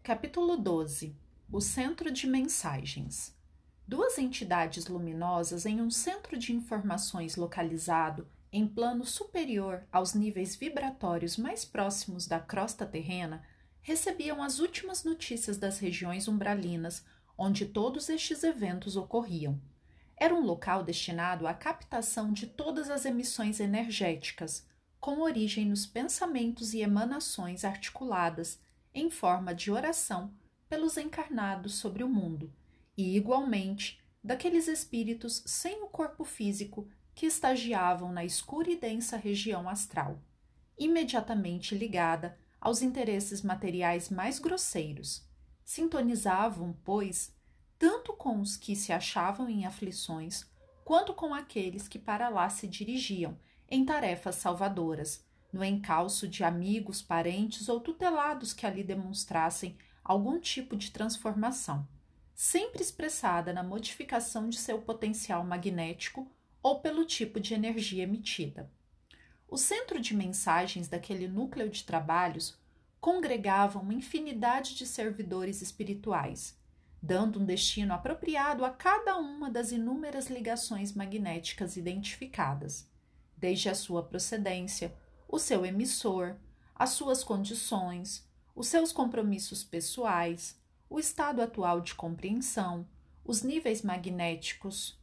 Capítulo 12. O Centro de Mensagens. Duas entidades luminosas em um centro de informações localizado em plano superior aos níveis vibratórios mais próximos da crosta terrena recebiam as últimas notícias das regiões umbralinas onde todos estes eventos ocorriam. Era um local destinado à captação de todas as emissões energéticas, com origem nos pensamentos e emanações articuladas em forma de oração pelos encarnados sobre o mundo, e, igualmente, daqueles espíritos sem o corpo físico que estagiavam na escura e densa região astral, imediatamente ligada aos interesses materiais mais grosseiros. Sintonizavam, pois, tanto com os que se achavam em aflições, quanto com aqueles que para lá se dirigiam em tarefas salvadoras, no encalço de amigos, parentes ou tutelados que ali demonstrassem algum tipo de transformação, sempre expressada na modificação de seu potencial magnético ou pelo tipo de energia emitida. O centro de mensagens daquele núcleo de trabalhos congregava uma infinidade de servidores espirituais, dando um destino apropriado a cada uma das inúmeras ligações magnéticas identificadas, desde a sua procedência, o seu emissor, as suas condições, os seus compromissos pessoais, o estado atual de compreensão, os níveis magnéticos,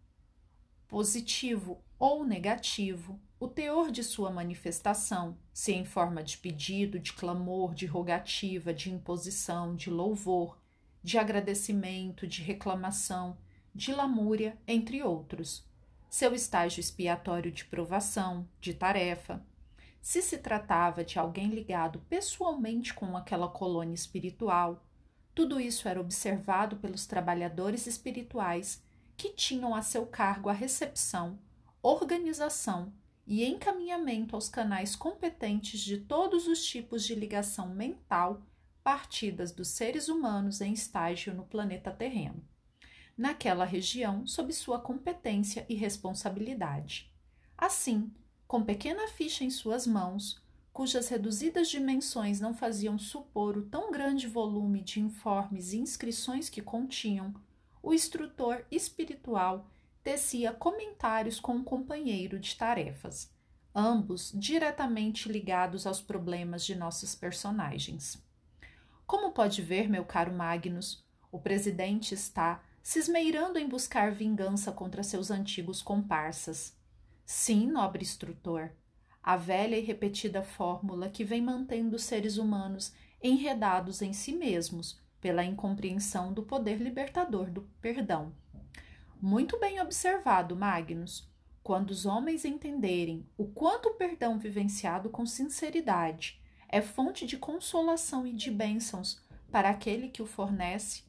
positivo ou negativo, o teor de sua manifestação, se em forma de pedido, de clamor, de rogativa, de imposição, de louvor, de agradecimento, de reclamação, de lamúria, entre outros, seu estágio expiatório de provação, de tarefa. Se se tratava de alguém ligado pessoalmente com aquela colônia espiritual, tudo isso era observado pelos trabalhadores espirituais que tinham a seu cargo a recepção, organização e encaminhamento aos canais competentes de todos os tipos de ligação mental partidas dos seres humanos em estágio no planeta terreno, naquela região sob sua competência e responsabilidade. Assim, com pequena ficha em suas mãos, cujas reduzidas dimensões não faziam supor o tão grande volume de informes e inscrições que continham, o instrutor espiritual tecia comentários com um companheiro de tarefas, ambos diretamente ligados aos problemas de nossos personagens. Como pode ver, meu caro Magnus, o presidente está se esmeirando em buscar vingança contra seus antigos comparsas. Sim, nobre instrutor, a velha e repetida fórmula que vem mantendo os seres humanos enredados em si mesmos pela incompreensão do poder libertador do perdão. Muito bem observado, Magnus. Quando os homens entenderem o quanto o perdão vivenciado com sinceridade é fonte de consolação e de bênçãos para aquele que o fornece,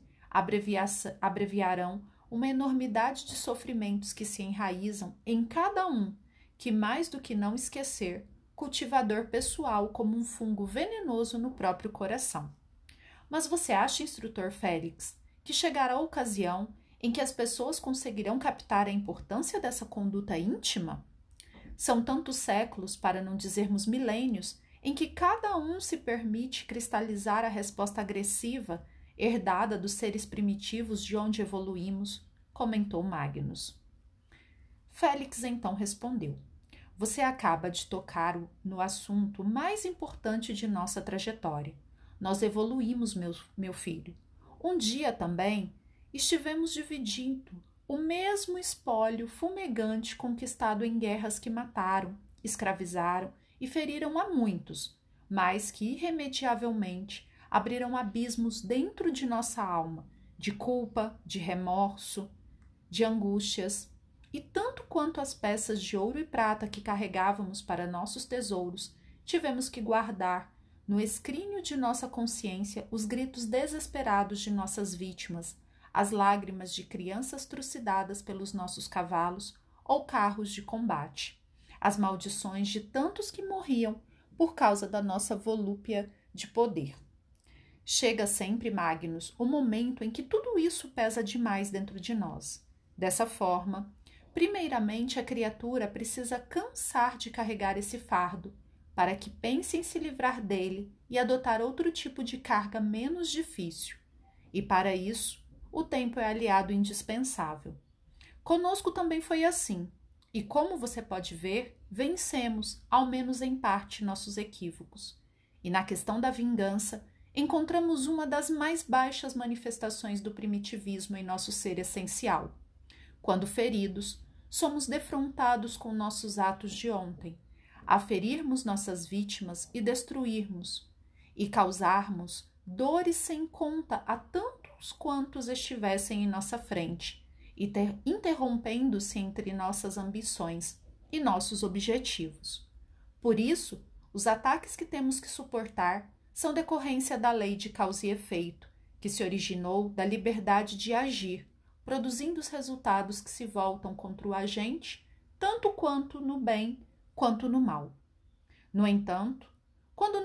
abreviarão uma enormidade de sofrimentos que se enraizam em cada um, que mais do que não esquecer, cultivador pessoal como um fungo venenoso no próprio coração. Mas você acha, instrutor Félix, que chegará a ocasião em que as pessoas conseguirão captar a importância dessa conduta íntima? São tantos séculos, para não dizermos milênios, em que cada um se permite cristalizar a resposta agressiva herdada dos seres primitivos de onde evoluímos, comentou Magnus. Félix então respondeu: você acaba de tocar no assunto mais importante de nossa trajetória. Nós evoluímos, meu filho. Um dia também estivemos dividindo o mesmo espólio fumegante conquistado em guerras que mataram, escravizaram e feriram a muitos, mas que irremediavelmente abriram abismos dentro de nossa alma, de culpa, de remorso, de angústias, e tanto quanto as peças de ouro e prata que carregávamos para nossos tesouros, tivemos que guardar no escrínio de nossa consciência os gritos desesperados de nossas vítimas, as lágrimas de crianças trucidadas pelos nossos cavalos ou carros de combate, as maldições de tantos que morriam por causa da nossa volúpia de poder. Chega sempre, Magnus, o momento em que tudo isso pesa demais dentro de nós. Dessa forma, primeiramente a criatura precisa cansar de carregar esse fardo, para que pense em se livrar dele e adotar outro tipo de carga menos difícil. E para isso, o tempo é aliado indispensável. Conosco também foi assim, e como você pode ver, vencemos, ao menos em parte, nossos equívocos. E na questão da vingança, encontramos uma das mais baixas manifestações do primitivismo em nosso ser essencial. Quando feridos, somos defrontados com nossos atos de ontem, a ferirmos nossas vítimas e destruirmos, e causarmos dores sem conta a tantos quantos estivessem em nossa frente, e interrompendo-se entre nossas ambições e nossos objetivos. Por isso, os ataques que temos que suportar são decorrência da lei de causa e efeito, que se originou da liberdade de agir, produzindo os resultados que se voltam contra o agente, tanto quanto no bem quanto no mal. No entanto, quando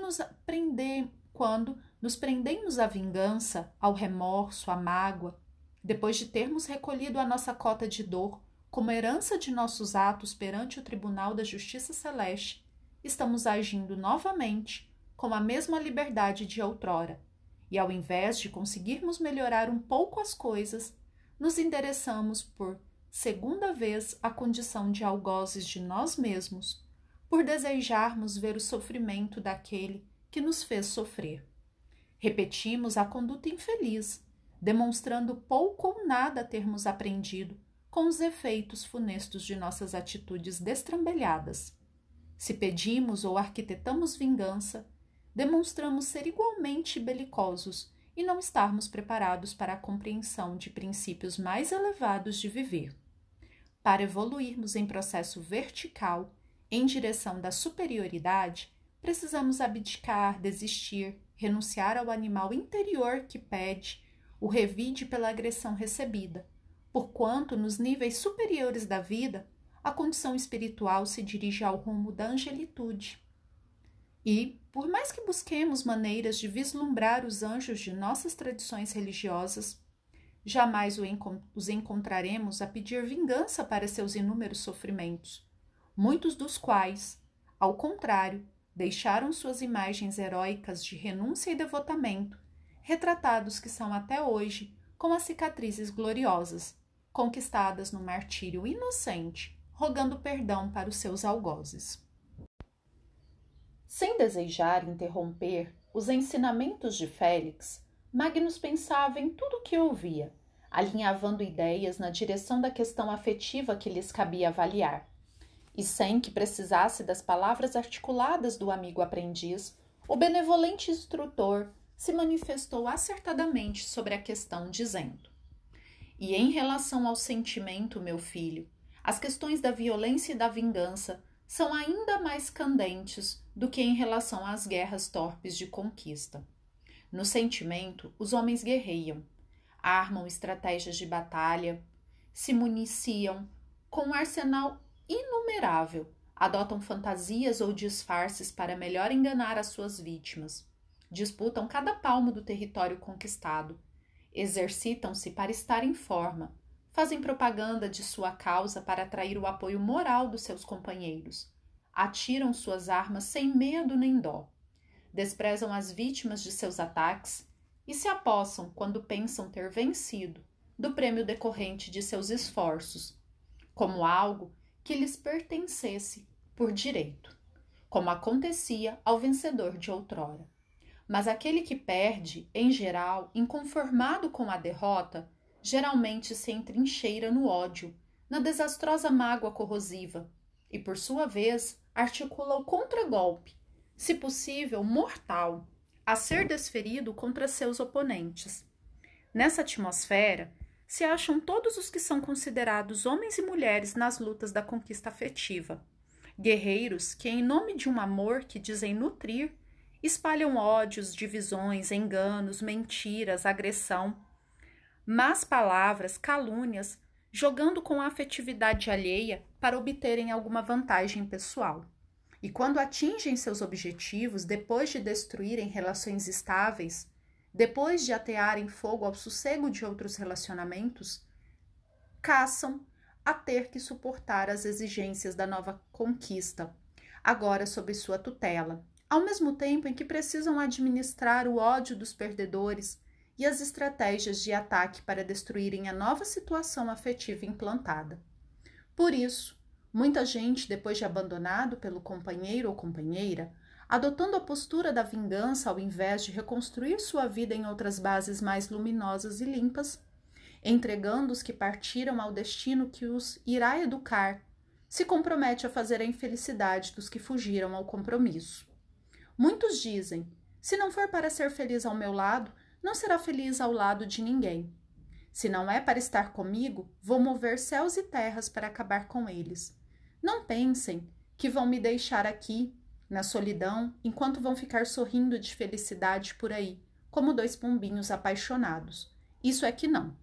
nos prendemos à vingança, ao remorso, à mágoa, depois de termos recolhido a nossa cota de dor como herança de nossos atos perante o Tribunal da Justiça Celeste, estamos agindo novamente com a mesma liberdade de outrora, e ao invés de conseguirmos melhorar um pouco as coisas, nos endereçamos por segunda vez à condição de algozes de nós mesmos, por desejarmos ver o sofrimento daquele que nos fez sofrer. Repetimos a conduta infeliz, demonstrando pouco ou nada termos aprendido com os efeitos funestos de nossas atitudes destrambelhadas. Se pedimos ou arquitetamos vingança, demonstramos ser igualmente belicosos e não estarmos preparados para a compreensão de princípios mais elevados de viver. Para evoluirmos em processo vertical, em direção da superioridade, precisamos abdicar, desistir, renunciar ao animal interior que pede o revide pela agressão recebida, porquanto nos níveis superiores da vida, a condição espiritual se dirige ao rumo da angelitude. E, por mais que busquemos maneiras de vislumbrar os anjos de nossas tradições religiosas, jamais os encontraremos a pedir vingança para seus inúmeros sofrimentos, muitos dos quais, ao contrário, deixaram suas imagens heróicas de renúncia e devotamento, retratados que são até hoje com as cicatrizes gloriosas, conquistadas no martírio inocente, rogando perdão para os seus algozes. Sem desejar interromper os ensinamentos de Félix, Magnus pensava em tudo o que ouvia, alinhavando ideias na direção da questão afetiva que lhes cabia avaliar. E sem que precisasse das palavras articuladas do amigo aprendiz, o benevolente instrutor se manifestou acertadamente sobre a questão, dizendo: E em relação ao sentimento, meu filho, as questões da violência e da vingança são ainda mais candentes do que em relação às guerras torpes de conquista. No sentimento, os homens guerreiam, armam estratégias de batalha, se municiam com um arsenal inumerável, adotam fantasias ou disfarces para melhor enganar as suas vítimas, disputam cada palmo do território conquistado, exercitam-se para estar em forma, fazem propaganda de sua causa para atrair o apoio moral dos seus companheiros, atiram suas armas sem medo nem dó, desprezam as vítimas de seus ataques e se apossam, quando pensam ter vencido, do prêmio decorrente de seus esforços, como algo que lhes pertencesse por direito, como acontecia ao vencedor de outrora. Mas aquele que perde, em geral, inconformado com a derrota, geralmente se entrincheira no ódio, na desastrosa mágoa corrosiva, e por sua vez articula o contragolpe, se possível mortal, a ser desferido contra seus oponentes. Nessa atmosfera se acham todos os que são considerados homens e mulheres nas lutas da conquista afetiva, guerreiros que, em nome de um amor que dizem nutrir, espalham ódios, divisões, enganos, mentiras, agressão, más palavras, calúnias, jogando com a afetividade alheia para obterem alguma vantagem pessoal. E quando atingem seus objetivos, depois de destruírem relações estáveis, depois de atearem fogo ao sossego de outros relacionamentos, caçam a ter que suportar as exigências da nova conquista, agora sob sua tutela, ao mesmo tempo em que precisam administrar o ódio dos perdedores e as estratégias de ataque para destruírem a nova situação afetiva implantada. Por isso, muita gente, depois de abandonado pelo companheiro ou companheira, adotando a postura da vingança ao invés de reconstruir sua vida em outras bases mais luminosas e limpas, entregando os que partiram ao destino que os irá educar, se compromete a fazer a infelicidade dos que fugiram ao compromisso. Muitos dizem: se não for para ser feliz ao meu lado, não será feliz ao lado de ninguém. Se não é para estar comigo, vou mover céus e terras para acabar com eles. Não pensem que vão me deixar aqui, na solidão, enquanto vão ficar sorrindo de felicidade por aí, como dois pombinhos apaixonados. Isso é que não.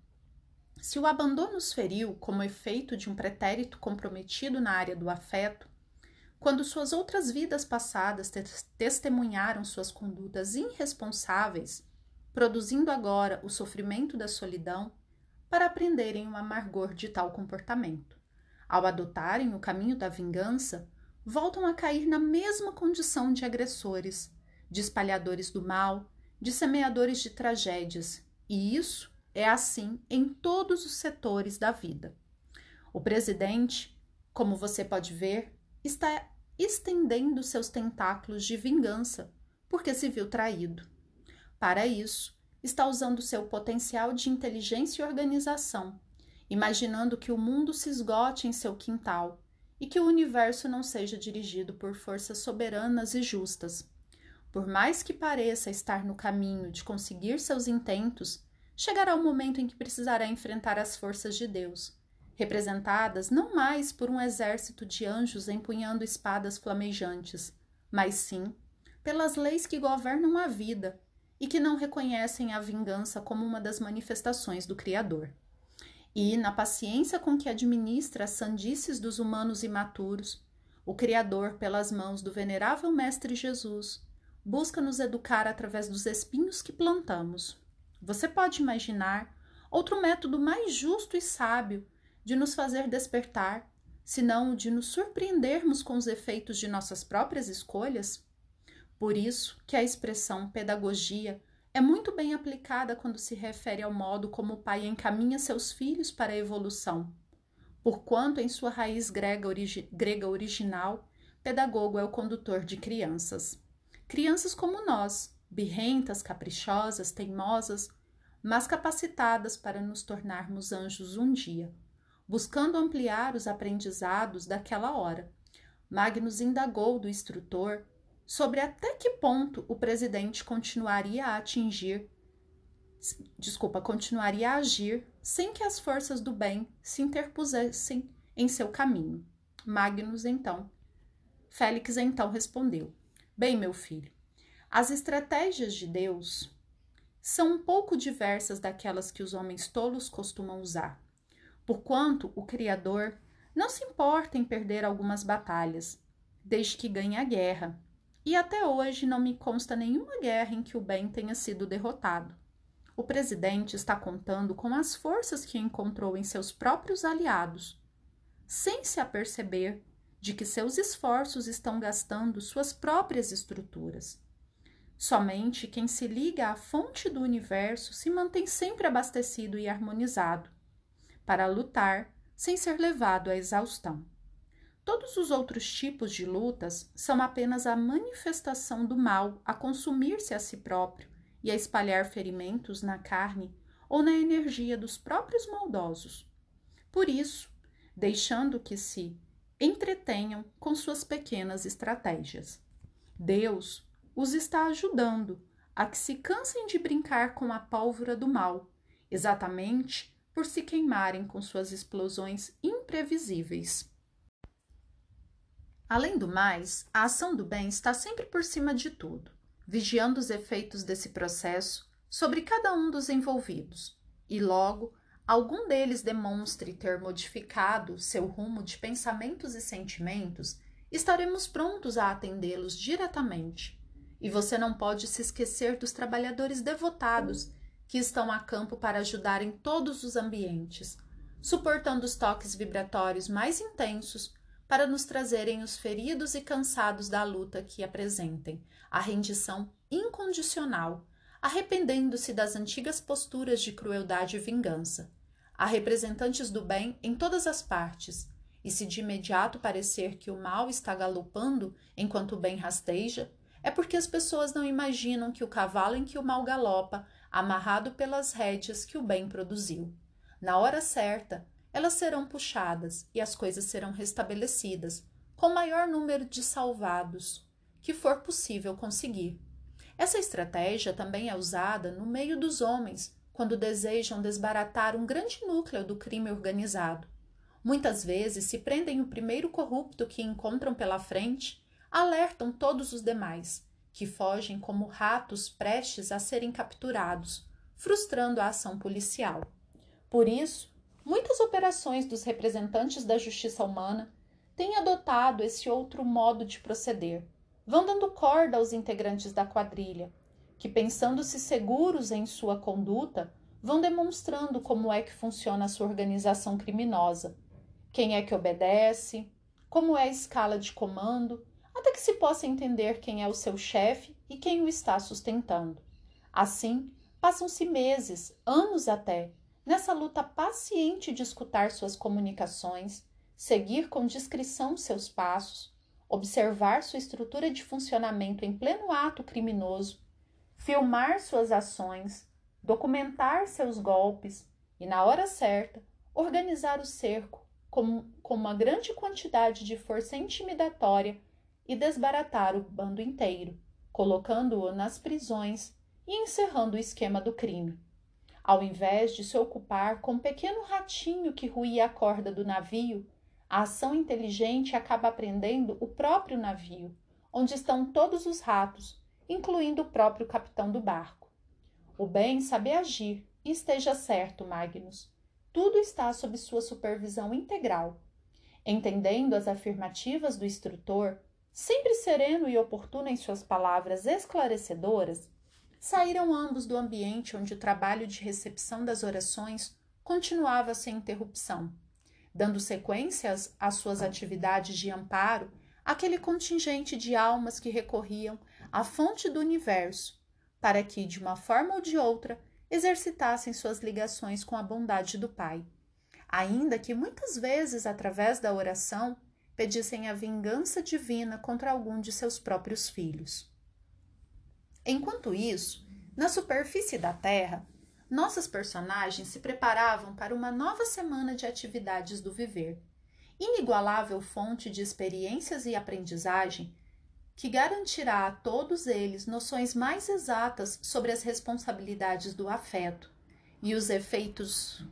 Se o abandono os feriu como efeito de um pretérito comprometido na área do afeto, quando suas outras vidas passadas testemunharam suas condutas irresponsáveis, produzindo agora o sofrimento da solidão, para aprenderem o amargor de tal comportamento. Ao adotarem o caminho da vingança, voltam a cair na mesma condição de agressores, de espalhadores do mal, de semeadores de tragédias, e isso é assim em todos os setores da vida. O presidente, como você pode ver, está estendendo seus tentáculos de vingança porque se viu traído. Para isso, está usando seu potencial de inteligência e organização, imaginando que o mundo se esgote em seu quintal e que o universo não seja dirigido por forças soberanas e justas. Por mais que pareça estar no caminho de conseguir seus intentos, chegará o momento em que precisará enfrentar as forças de Deus, representadas não mais por um exército de anjos empunhando espadas flamejantes, mas sim pelas leis que governam a vida e que não reconhecem a vingança como uma das manifestações do Criador. E, na paciência com que administra as sandices dos humanos imaturos, o Criador, pelas mãos do venerável Mestre Jesus, busca nos educar através dos espinhos que plantamos. Você pode imaginar outro método mais justo e sábio de nos fazer despertar, senão o de nos surpreendermos com os efeitos de nossas próprias escolhas? Por isso que a expressão pedagogia é muito bem aplicada quando se refere ao modo como o pai encaminha seus filhos para a evolução. Porquanto, em sua raiz grega original, pedagogo é o condutor de crianças. Crianças como nós, birrentas, caprichosas, teimosas, mas capacitadas para nos tornarmos anjos um dia, buscando ampliar os aprendizados daquela hora. Magnus indagou do instrutor sobre até que ponto o presidente continuaria a agir sem que as forças do bem se interpusessem em seu caminho. Félix então respondeu: bem, meu filho, as estratégias de Deus são um pouco diversas daquelas que os homens tolos costumam usar, porquanto o Criador não se importa em perder algumas batalhas, desde que ganhe a guerra. E até hoje não me consta nenhuma guerra em que o bem tenha sido derrotado. O presidente está contando com as forças que encontrou em seus próprios aliados, sem se aperceber de que seus esforços estão gastando suas próprias estruturas. Somente quem se liga à fonte do universo se mantém sempre abastecido e harmonizado, para lutar sem ser levado à exaustão. Todos os outros tipos de lutas são apenas a manifestação do mal a consumir-se a si próprio e a espalhar ferimentos na carne ou na energia dos próprios maldosos. Por isso, deixando que se entretenham com suas pequenas estratégias. Deus os está ajudando a que se cansem de brincar com a pólvora do mal, exatamente por se queimarem com suas explosões imprevisíveis. Além do mais, a ação do bem está sempre por cima de tudo, vigiando os efeitos desse processo sobre cada um dos envolvidos, e logo algum deles demonstre ter modificado seu rumo de pensamentos e sentimentos, estaremos prontos a atendê-los diretamente. E você não pode se esquecer dos trabalhadores devotados que estão a campo para ajudar em todos os ambientes, suportando os toques vibratórios mais intensos, para nos trazerem os feridos e cansados da luta que apresentem, a rendição incondicional, arrependendo-se das antigas posturas de crueldade e vingança. Há representantes do bem em todas as partes, e se de imediato parecer que o mal está galopando enquanto o bem rasteja, é porque as pessoas não imaginam que o cavalo em que o mal galopa, amarrado pelas rédeas que o bem produziu. Na hora certa, elas serão puxadas e as coisas serão restabelecidas, com o maior número de salvados que for possível conseguir. Essa estratégia também é usada no meio dos homens, quando desejam desbaratar um grande núcleo do crime organizado. Muitas vezes se prendem o primeiro corrupto que encontram pela frente, alertam todos os demais, que fogem como ratos prestes a serem capturados, frustrando a ação policial. Por isso, muitas operações dos representantes da justiça humana têm adotado esse outro modo de proceder. Vão dando corda aos integrantes da quadrilha, que, pensando-se seguros em sua conduta, vão demonstrando como é que funciona a sua organização criminosa, quem é que obedece, como é a escala de comando, até que se possa entender quem é o seu chefe e quem o está sustentando. Assim, passam-se meses, anos até, nessa luta paciente de escutar suas comunicações, seguir com discrição seus passos, observar sua estrutura de funcionamento em pleno ato criminoso, filmar suas ações, documentar seus golpes e, na hora certa, organizar o cerco com uma grande quantidade de força intimidatória e desbaratar o bando inteiro, colocando-o nas prisões e encerrando o esquema do crime. Ao invés de se ocupar com um pequeno ratinho que ruía a corda do navio, a ação inteligente acaba prendendo o próprio navio, onde estão todos os ratos, incluindo o próprio capitão do barco. O bem sabe agir, e esteja certo, Magnus. Tudo está sob sua supervisão integral. Entendendo as afirmativas do instrutor, sempre sereno e oportuno em suas palavras esclarecedoras, saíram ambos do ambiente onde o trabalho de recepção das orações continuava sem interrupção, dando sequências às suas atividades de amparo àquele contingente de almas que recorriam à fonte do universo, para que, de uma forma ou de outra, exercitassem suas ligações com a bondade do Pai, ainda que muitas vezes, através da oração, pedissem a vingança divina contra algum de seus próprios filhos. Enquanto isso, na superfície da Terra, nossas personagens se preparavam para uma nova semana de atividades do viver, inigualável fonte de experiências e aprendizagem que garantirá a todos eles noções mais exatas sobre as responsabilidades do afeto e os efeitos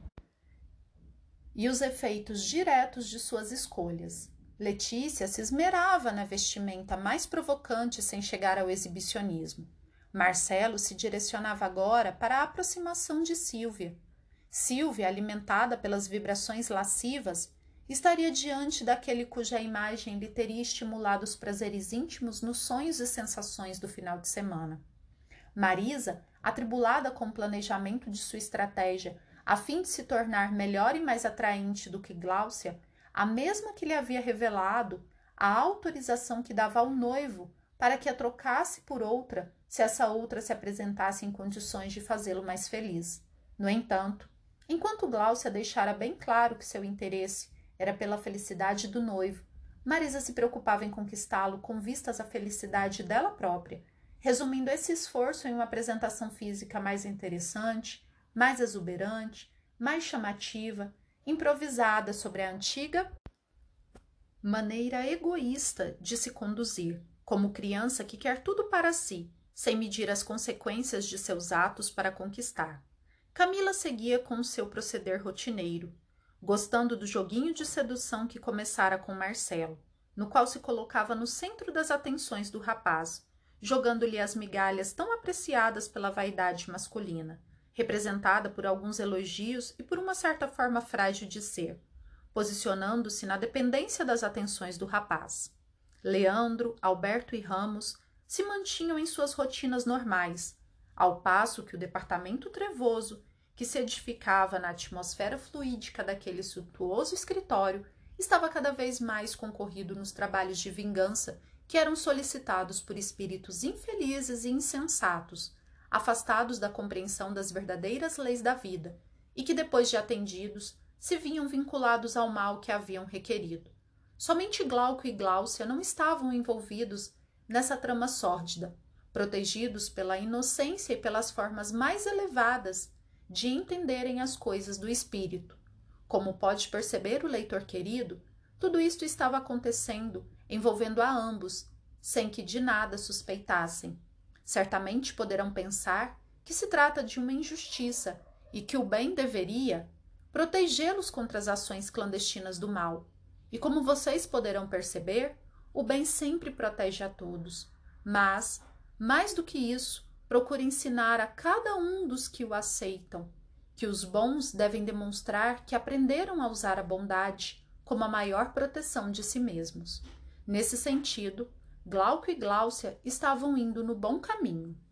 diretos de suas escolhas. Letícia se esmerava na vestimenta mais provocante sem chegar ao exibicionismo. Marcelo se direcionava agora para a aproximação de Sílvia. Sílvia, alimentada pelas vibrações lascivas, estaria diante daquele cuja imagem lhe teria estimulado os prazeres íntimos nos sonhos e sensações do final de semana. Marisa, atribulada com o planejamento de sua estratégia, a fim de se tornar melhor e mais atraente do que Gláucia, a mesma que lhe havia revelado a autorização que dava ao noivo para que a trocasse por outra, se essa outra se apresentasse em condições de fazê-lo mais feliz. No entanto, enquanto Gláucia deixara bem claro que seu interesse era pela felicidade do noivo, Marisa se preocupava em conquistá-lo com vistas à felicidade dela própria, resumindo esse esforço em uma apresentação física mais interessante, mais exuberante, mais chamativa, improvisada sobre a antiga maneira egoísta de se conduzir, como criança que quer tudo para si, sem medir as consequências de seus atos para conquistar. Camila seguia com o seu proceder rotineiro, gostando do joguinho de sedução que começara com Marcelo, no qual se colocava no centro das atenções do rapaz, jogando-lhe as migalhas tão apreciadas pela vaidade masculina, representada por alguns elogios e por uma certa forma frágil de ser, posicionando-se na dependência das atenções do rapaz. Leandro, Alberto e Ramos se mantinham em suas rotinas normais, ao passo que o departamento trevoso, que se edificava na atmosfera fluídica daquele suntuoso escritório, estava cada vez mais concorrido nos trabalhos de vingança que eram solicitados por espíritos infelizes e insensatos, afastados da compreensão das verdadeiras leis da vida, e que, depois de atendidos, se vinham vinculados ao mal que haviam requerido. Somente Glauco e Gláucia não estavam envolvidos nessa trama sórdida, protegidos pela inocência e pelas formas mais elevadas de entenderem as coisas do espírito. Como pode perceber o leitor querido, tudo isto estava acontecendo, envolvendo a ambos, sem que de nada suspeitassem. Certamente poderão pensar que se trata de uma injustiça e que o bem deveria protegê-los contra as ações clandestinas do mal. E como vocês poderão perceber, o bem sempre protege a todos, mas, mais do que isso, procura ensinar a cada um dos que o aceitam que os bons devem demonstrar que aprenderam a usar a bondade como a maior proteção de si mesmos. Nesse sentido, Glauco e Gláucia estavam indo no bom caminho.